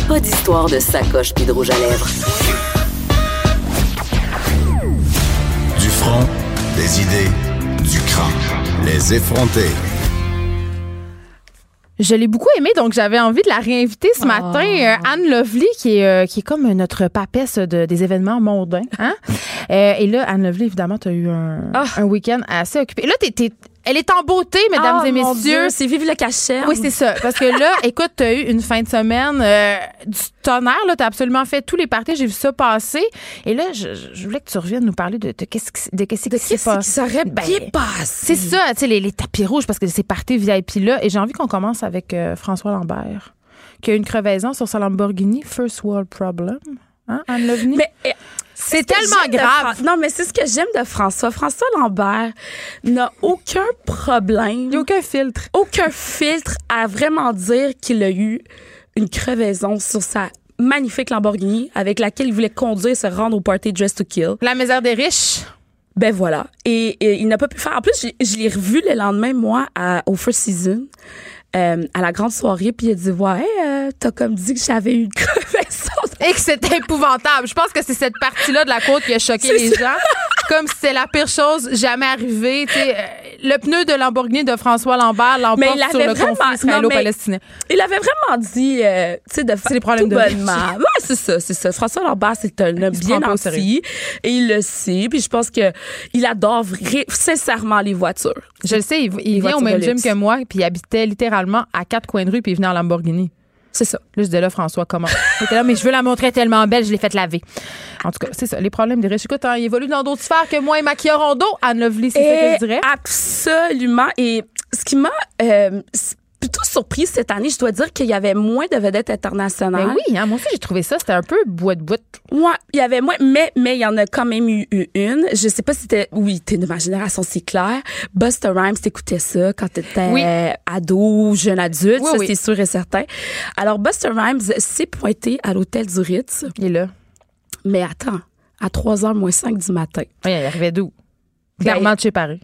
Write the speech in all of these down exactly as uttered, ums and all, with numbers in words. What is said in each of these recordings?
Pas d'histoire de sacoche puis de rouge à lèvres. Du front, des idées, du crâne. Les effronter. Je l'ai beaucoup aimée, donc j'avais envie de la réinviter ce Oh. matin. Euh, Anne Lovely, qui est, euh, qui est comme notre papesse de, des événements mondains. Hein? euh, et là, Anne Lovely, évidemment, tu as eu un, Oh. un week-end assez occupé. Là, t'es, t'es, elle est en beauté, mesdames Oh, et mon messieurs. Dieu, c'est vive le cachet. Oui, c'est ça. Parce que là, écoute, tu as eu une fin de semaine euh, du tonnerre. Tu as absolument fait tous les parties. J'ai vu ça passer. Et là, je, je voulais que tu reviennes nous parler de, de qu'est-ce qui, de qu'est-ce qui s'est Qu'est-ce passé. qui serait Ben, bien passé? C'est ça, tu sais, les, les tapis rouges, parce que c'est party V I P là. Et j'ai envie qu'on commence avec euh, François Lambert, qui a eu une crevaison sur sa Lamborghini. First World Problem. Hein, Anne Lovely? Mais euh, c'est ce que tellement j'aime de grave. Fran- Non, mais c'est ce que j'aime de François. François Lambert n'a aucun problème, Il n'y a aucun filtre. aucun filtre à vraiment dire qu'il a eu une crevaison sur sa magnifique Lamborghini avec laquelle il voulait conduire, se rendre au party Dress to Kill. La misère des riches. Ben voilà. Et, et il n'a pas pu faire. En plus, je, je l'ai revu le lendemain, moi, à, au First Season, euh, à la grande soirée, puis il a dit, ouais, euh, t'as comme dit que j'avais eu une crevaison. Et que c'était épouvantable. Je pense que c'est cette partie-là de la côte qui a choqué C'est les ça. gens. Comme si c'était la pire chose jamais arrivée. Tu sais, euh, le pneu de Lamborghini de François Lambert Mais l'emporte il sur avait le vraiment- conflit israélo-palestinien. Il avait vraiment dit, euh, tu sais, de faire les problèmes tout de bonnement. Ouais, c'est ça, c'est ça. François Lambert, c'est un homme se bien prend pas au sérieux. nanti et il le sait. Puis je pense que il adore vrai- sincèrement les voitures. Je le sais, il, il vient au voitures même de gym luxe. que moi, puis il habitait littéralement à quatre coins de rue, puis il venait en Lamborghini. C'est ça. Là, je disais là, François, comment? Il était là, mais je veux la montrer tellement belle, je l'ai fait laver. En tout cas, c'est ça, les problèmes des riches. Écoute, hein, il évolue dans d'autres sphères que moi et Maquilla Rondeau. Anne Lovely, c'est ça que je dirais. Absolument. Et ce qui m'a euh, s- plutôt surpris cette année, je dois dire qu'il y avait moins de vedettes internationales. Ben oui, hein, moi aussi, j'ai trouvé ça, c'était un peu boîte-boîte. Ouais, il y avait moins, mais mais il y en a quand même eu, eu une. Je sais pas si c'était, oui, t'es de ma génération, c'est clair. Busta Rhymes, t'écoutais ça quand t'étais Oui. ado, jeune adulte, Oui, ça oui. c'est sûr et certain. Alors Busta Rhymes s'est pointé à l'hôtel du Ritz, Il est là. mais attends, à trois heures moins cinq du matin. Oui, il arrivait d'où? Clairement Ben, de chez Paris.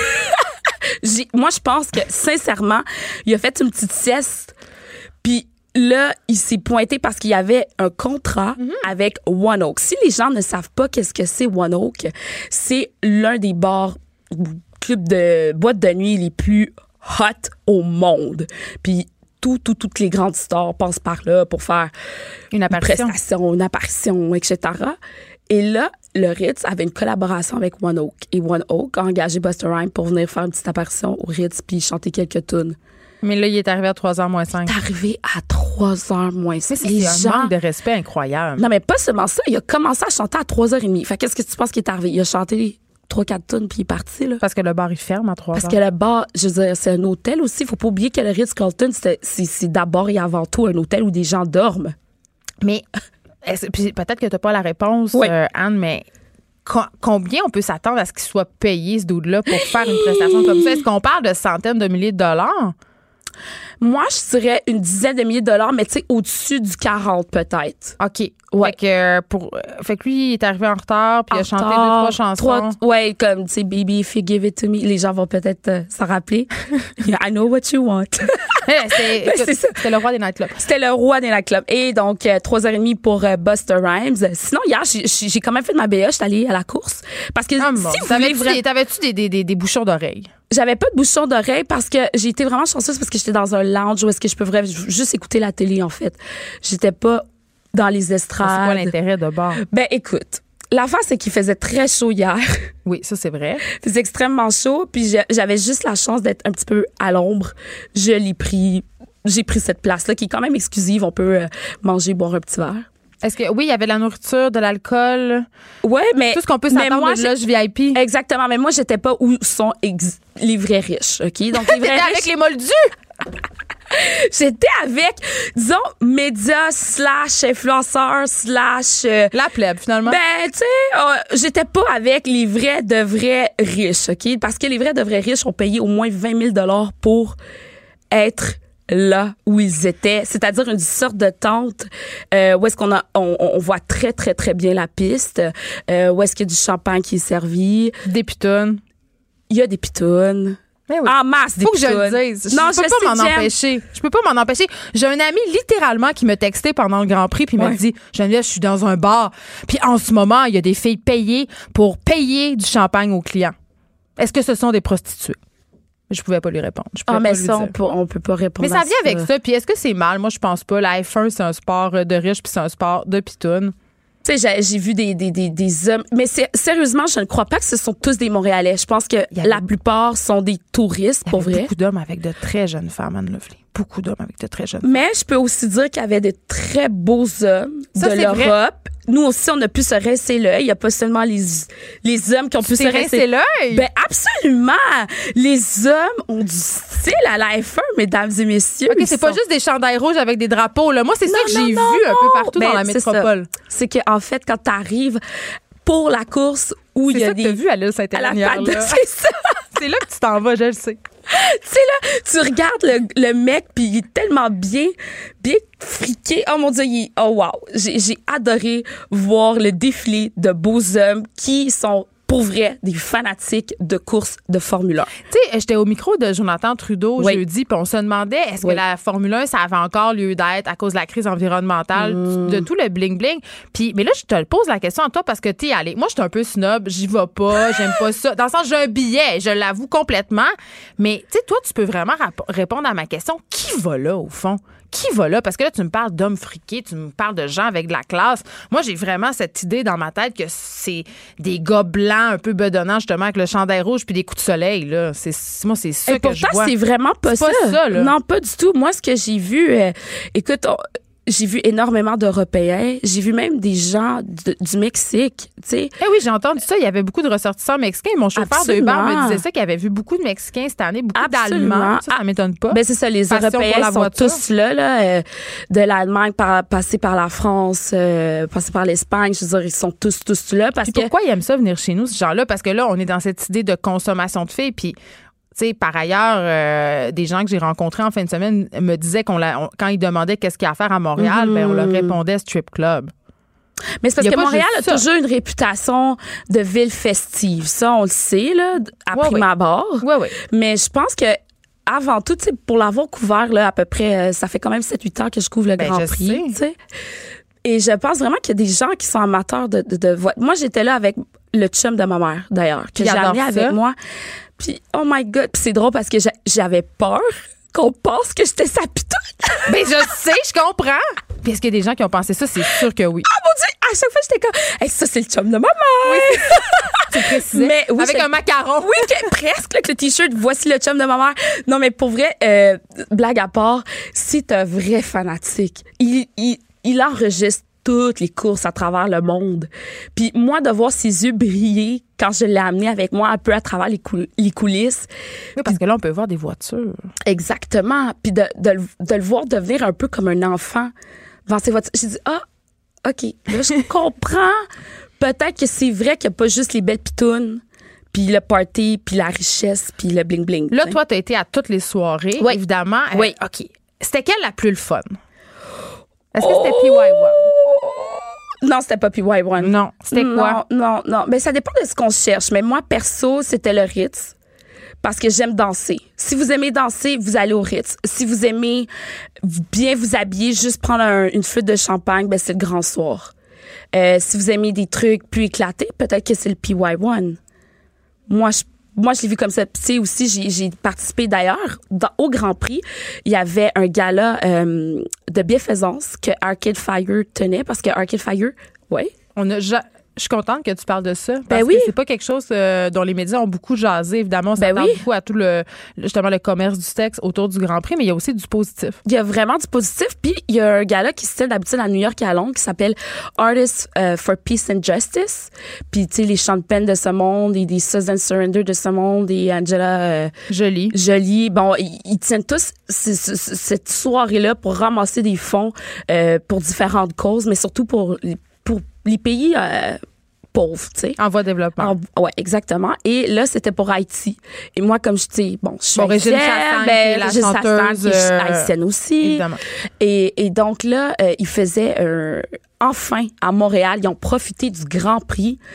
J'ai, moi, je pense que, sincèrement, il a fait une petite sieste, puis là, il s'est pointé parce qu'il y avait un contrat avec One Oak. Si les gens ne savent pas qu'est-ce que c'est One Oak, c'est l'un des bars ou clubs de boîtes de nuit les plus hot au monde. Puis tout, tout, toutes les grandes stars passent par là pour faire Une une apparition. prestation, une apparition, et cetera. Et là, le Ritz avait une collaboration avec One Oak. Et One Oak a engagé Busta Rhymes pour venir faire une petite apparition au Ritz puis chanter quelques tunes. Mais là, il est arrivé à trois heures moins cinq. C'est arrivé à trois heures moins C'est six. Les un gens... manque de respect incroyable. Non, mais pas seulement ça. Il a commencé à chanter à trois heures trente. Fait qu'est-ce que tu penses qui est arrivé? Il a chanté trois quatre tunes puis il est parti, là. Parce que le bar, il ferme à trois Parce heures. que le bar, je veux dire, c'est un hôtel aussi. Faut pas oublier que le Ritz-Carlton, c'est, c'est, c'est d'abord et avant tout un hôtel où des gens dorment. Mais est-ce- puis peut-être que tu n'as pas la réponse, Oui. euh, Anne, mais co- combien on peut s'attendre à ce qu'il soit payé, ce dude-là, pour faire une prestation comme ça? Est-ce qu'on parle de centaines de milliers de dollars? Moi, je dirais une dizaine de milliers de dollars, mais tu sais, au-dessus du quarante peut-être. OK. Ouais. Fait que, euh, pour, euh, fait que lui, il est arrivé en retard, puis il a En chanté deux, retard, trois chansons. trois- ouais, comme, tu sais, Baby, if you give it to me. Les gens vont peut-être euh, s'en rappeler. I know what you want. Eh, c'est, Ben, écoute, c'est ça. C'était le roi des nightclubs. C'était le roi des nightclubs. Et donc, euh, trois heures trente pour euh, Busta Rhymes. Sinon, hier, j'ai, j'ai j'ai quand même fait de ma B A. Je suis allée à la course. Parce que Ah, si bon. vous voulez T'avais-tu, vraiment- des, t'avais-tu des, des, des, des bouchons d'oreilles? J'avais pas de bouchon d'oreille parce que j'ai été vraiment chanceuse parce que j'étais dans un lounge où est-ce que je peux vraiment juste écouter la télé, en fait. J'étais pas dans les C'est estrades. quoi l'intérêt de bar? Ben, écoute. L'affaire, c'est qu'il faisait très chaud hier. Oui, ça, c'est vrai. Il faisait extrêmement chaud, puis je- j'avais juste la chance d'être un petit peu à l'ombre. Je l'ai pris, j'ai pris cette place-là qui est quand même exclusive. On peut euh, manger, boire un petit verre. Est-ce que, oui, il y avait de la nourriture, de l'alcool, Ouais, mais tout ce qu'on peut mais s'attendre moi, de j'ai- loge V I P. Exactement, mais moi j'étais pas où sont ex- les vrais riches, ok. Donc les vrais T'étais riches, avec les moldus! j'étais avec, disons, médias slash influenceurs slash. euh, La plèbe, finalement. Ben, tu sais, euh, j'étais pas avec les vrais de vrais riches, OK? Parce que les vrais de vrais riches ont payé au moins vingt mille dollars pour être là où ils étaient, c'est-à-dire une sorte de tente euh, où est-ce qu'on a on, on voit très très très bien la piste, euh, où est-ce qu'il y a du champagne qui est servi, Des pitounes. il y a des pitounes. Ben oui. En masse, des Faut que je pitounes. le dise. Non, je peux je pas m'en sais, Jen. empêcher. Je peux pas m'en empêcher. J'ai un ami littéralement qui me textait pendant le Grand Prix puis il Ouais. m'a dit Geneviève, je suis dans un bar. Puis en ce moment, il y a des filles payées pour payer du champagne aux clients. Est-ce que ce sont des prostituées? Je pouvais pas lui répondre. Je pouvais Ah, mais pas lui ça, on dire. peut, on peut pas répondre Mais ça à vient avec ça. Puis est-ce que c'est mal? Moi, je pense pas. La F un, c'est un sport de riches puis c'est un sport de pitounes. Tu sais, j'ai, j'ai vu des, des, des, des hommes. Mais c'est, sérieusement, je ne crois pas que ce sont tous des Montréalais. Je pense que y avait- la plupart sont des touristes, Il y pour avait vrai. beaucoup d'hommes avec de très jeunes femmes, Anne Lovely. Beaucoup d'hommes avec de très jeunes. Mais je peux aussi dire qu'il y avait de très beaux hommes Ça, de c'est vrai. l'Europe. Nous aussi, on a pu se rincer l'œil. Il n'y a pas seulement les, les hommes qui ont pu se T'es rincer rincé l'œil? Ben absolument. Les hommes ont du style à la F un, mesdames et messieurs. OK, Ils c'est pas sont- juste des chandails rouges avec des drapeaux. Là. Moi, c'est ça Non, que non, j'ai non, vu un peu non. partout dans Ben, la c'est ça. métropole. C'est qu'en fait, quand tu arrives pour la course où il C'est y a ça que des... t'as vu à l'île à la Sainte-Hélène patte de- hier, là. C'est ça. C'est là que tu t'en vas, je le sais. Tu sais, là, tu regardes le, le mec, puis il est tellement bien, bien friqué. Oh mon Dieu, il est- oh wow. J'ai, j'ai adoré voir le défilé de beaux hommes qui sont, pour vrai, des fanatiques de course de Formule un. Tu sais, j'étais au micro de Jonathan Trudeau Oui. jeudi, puis on se demandait est-ce Oui. que la Formule un, ça avait encore lieu d'être à cause de la crise environnementale, Mm. de tout le bling-bling. Puis, mais là, je te le pose la question à toi parce que t'es allé. Moi, je suis un peu snob, j'y vais pas, j'aime pas ça. Dans le sens, j'ai un billet, je l'avoue complètement. Mais, tu sais, toi, tu peux vraiment rap- répondre à ma question. Qui va là, au fond? Qui va là? Parce que là, tu me parles d'hommes friqués, tu me parles de gens avec de la classe. Moi, j'ai vraiment cette idée dans ma tête que c'est des gars blancs un peu bedonnants, justement, avec le chandail rouge puis des coups de soleil, là. C'est, moi, c'est ça Et que je pourtant, vois. c'est vraiment pas C'est ça. pas ça, là. Non, pas du tout. Moi, ce que j'ai vu, euh, écoute, on- j'ai vu énormément d'Européens. J'ai vu même des gens de- du Mexique, tu sais. Eh oui, j'ai entendu ça. Il y avait beaucoup de ressortissants mexicains. Mon chauffeur de Uber Absolument. me disait ça, qu'il avait vu beaucoup de Mexicains cette année, beaucoup Absolument. d'Allemands. Ça, ça m'étonne pas. Ben c'est ça, les Passion pour la Européens sont voiture. tous là, là euh, de l'Allemagne, par, passer par la France, euh, passer par l'Espagne. Je veux dire, ils sont tous, tous là parce Puis que... pourquoi ils aiment ça venir chez nous, ces gens-là? Parce que là, on est dans cette idée de consommation de filles. Puis, tu sais, par ailleurs, euh, des gens que j'ai rencontrés en fin de semaine me disaient qu'on l'a, on- quand ils demandaient qu'est-ce qu'il y a à faire à Montréal, Mhm. ben, on leur répondait strip club. Mais c'est parce Il y a que pas Montréal a juste ça. toujours une réputation de ville festive. Ça, on le sait, là, à Ouais, prime ouais. abord. Oui, oui. Mais je pense que avant tout, tu sais, pour l'avoir couvert, là, à peu près, euh, ça fait quand même sept huit ans que je couvre le Ben, Grand je Prix, sais. tu sais. Et je pense vraiment qu'il y a des gens qui sont amateurs de, de, de voitures. Moi, j'étais là avec le chum de ma mère, d'ailleurs, que Qui j'ai adore amené ça. avec moi. Puis, oh my God. Puis c'est drôle parce que j'a- j'avais peur qu'on pense que j'étais sa pitoune. Ben, je sais, je comprends. Puis est-ce qu'il y a des gens qui ont pensé ça? C'est sûr que oui. Ah mon Dieu, à chaque fois, j'étais comme, hey, ça, c'est le chum de ma mère. Tu précisais. Mais oui, avec c'est- un macaron. Oui, que- presque, là, que le T-shirt, voici le chum de ma mère. Non, mais pour vrai, euh, blague à part, c'est un vrai fanatique. Il, il, il enregistre toutes les courses à travers le monde. Puis moi, de voir ses yeux briller quand je l'ai amené avec moi un peu à travers les, cou- les coulisses. Oui, parce que là, on peut voir des voitures. Exactement. Puis de, de, le- de le voir devenir un peu comme un enfant devant ses voitures. J'ai dit, ah, OK, là, je comprends. Peut-être que c'est vrai qu'il n'y a pas juste les belles pitounes, puis le party, puis la richesse, puis le bling-bling. Là, t'sais. toi, tu as été à toutes les soirées, Oui. évidemment. Euh, Oui. OK. C'était quelle la plus le fun? Est-ce que c'était P Y un? Non, c'était pas P Y un. Non. C'était quoi? Non, non, non. Mais ça dépend de ce qu'on cherche. Mais moi, perso, c'était le Ritz. Parce que j'aime danser. Si vous aimez danser, vous allez au Ritz. Si vous aimez bien vous habiller, juste prendre un- une flûte de champagne, ben c'est le grand soir. Euh, si vous aimez des trucs plus éclatés, peut-être que c'est le P Y un. Moi, je Moi, je l'ai vu comme ça. Puis, tu sais, aussi, j'ai, j'ai participé d'ailleurs dans, au Grand Prix. Il y avait un gala euh, de bienfaisance que Arcade Fire tenait parce que Arcade Fire, ouais. On a ja- Je suis contente que tu parles de ça. Parce Ben oui. que c'est pas quelque chose euh, dont les médias ont beaucoup jasé. Évidemment, on Ben s'attend oui. beaucoup à tout le, justement, le commerce du sexe autour du Grand Prix, mais il y a aussi du positif. Il y a vraiment du positif. Puis, il y a un gala qui se tient d'habitude à New York et à Londres qui s'appelle Artists uh, for Peace and Justice. Puis, tu sais, les Sean Penn de ce monde et des Susan Surrender de ce monde et Angela euh, Joli. Jolie. Bon, ils, ils tiennent tous c- c- c- cette soirée-là pour ramasser des fonds euh, pour différentes causes, mais surtout pour, les- pour les pays euh, pauvres, tu sais. En voie de développement. En- ouais, exactement. Et là, c'était pour Haïti. Et moi, comme je dis, bon, je suis Bon, Régine haïtienne, Chassagne, ben, qui est la Régine Chassagne, chanteuse, qui est euh, haïtienne aussi. Évidemment. Et, et donc là, euh, ils faisaient un, enfin à Montréal, ils ont profité du Grand Prix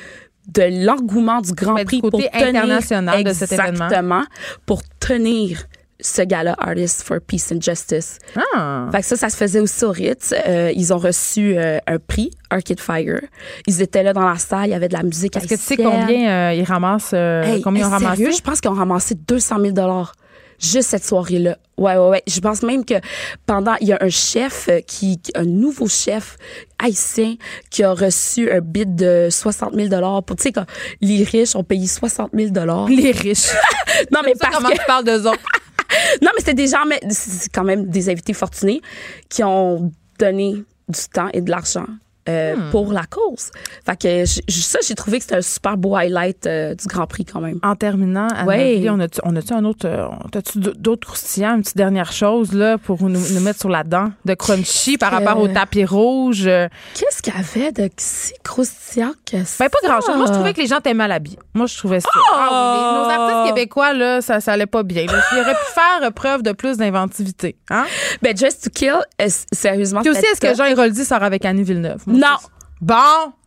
de l'engouement du Grand Mais Prix du côté pour tenir, international de cet événement. Exactement, pour tenir ce gala Artists for Peace and Justice. Ah. Fait que ça, ça se faisait aussi au Ritz. Euh, ils ont reçu euh, un prix, Arcade Fire. Ils étaient là dans la salle, il y avait de la musique Est-ce que tu sais haïtienne. combien euh, ils ramassent? Euh, Hey, combien ils ont hey, ramassé? sérieux, je pense qu'ils ont ramassé deux cent mille dollars juste cette soirée-là. Ouais, ouais, ouais. Je pense même que pendant, il y a un chef qui, un nouveau chef haïtien qui a reçu un bid de soixante mille dollars. Tu sais, quand les riches ont payé soixante mille dollars. Les riches. Non, mais C'est ça, parce comment que... tu parles d'eux autres? Non, mais c'était des gens, mais c'est quand même des invités fortunés qui ont donné du temps et de l'argent euh, hmm. pour la cause. Fait que j- ça, j'ai trouvé que c'était un super beau highlight euh, du Grand Prix quand même. En terminant, Anne Ouais. Marie, on a-tu, on a-tu un autre, euh, as-tu d'autres croustillants, une petite dernière chose là pour nous, nous mettre sur la dent de crunchy par que- rapport au tapis rouge? euh, Qu'est-ce qu'il y avait de si croustillant que ça? Ben, pas grand-chose. Moi, je trouvais que les gens étaient mal habillés. Moi, je trouvais ça. Ah oui, les- nos artistes québécois, là, ça, ça allait pas bien. Là. Ils auraient pu faire preuve de plus d'inventivité. Hein? Ben, Dress to Kill, euh, sérieusement, Puis aussi, c'était est-ce que top. Jean Héroldi sort avec Annie Villeneuve? Moi, Non. c'est- Bon.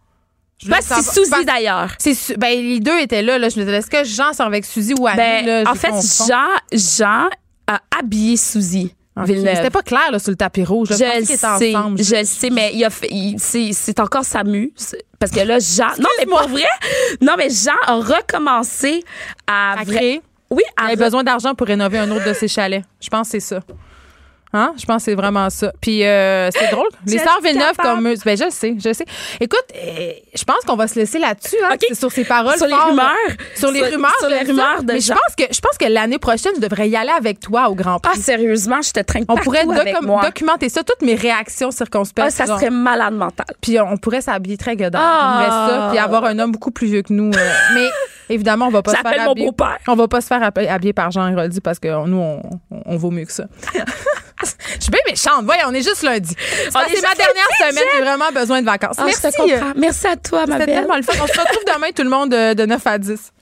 Je Pas voulais si savoir- Suzy, Parce- d'ailleurs. C'est Su- ben, les deux étaient là. là. Je me disais, est-ce que Jean sort avec Suzy ou Annie? Ben, là, en je fait, confonds. Jean, Jean a habillé Suzy Ok. Villeneuve. C'était pas clair là, sur le tapis rouge. là. Je pensais le qu'ils étaient sais, ensemble. je le sais, mais il a fait, il- c'est, c'est encore Samu. c'est- Parce que là, Jean. Non, mais Excuse-moi. pour vrai, non, mais Jean a recommencé à. À vra- créer. Oui, Il à. avait re- besoin d'argent pour rénover un autre de ses chalets. Je pense que c'est ça. Hein? Je pense que c'est vraiment ça. Puis euh, c'est drôle. Les Je sœurs suis Villeneuve capable. comme eux. Ben, je le sais, je le sais. Écoute, euh, je pense qu'on va se laisser là-dessus. Hein, OK. C'est sur ces paroles. Sur les fortes. rumeurs. Sur les Sur- rumeurs. sur les j'aime ça. rumeurs de Mais je Jean. pense que je pense que l'année prochaine, je devrais y aller avec toi au Grand Prix. Ah, sérieusement, je te traîne on partout pourrait avec docu- moi. documenter ça, toutes mes réactions circonspectes. Ah, ça genre. serait malade mental. Puis on pourrait s'habiller très godard. Ah. J'aimerais ça. Puis avoir un homme beaucoup plus vieux que nous. euh, mais évidemment, on va pas se J'appelle faire mon habiller. beau-père. On va pas se faire habiller habiller par Jean Héroldi parce que nous, on, on, on vaut mieux que ça. Je suis bien méchante. Voyons, on est juste lundi. C'est parce est que c'est ma juste dernière lundi, semaine. J'ai vraiment besoin de vacances. Ah, Merci. je te comprends. Merci à toi, ma C'était belle. tellement le fun. On se retrouve demain, tout le monde, de, de neuf à dix.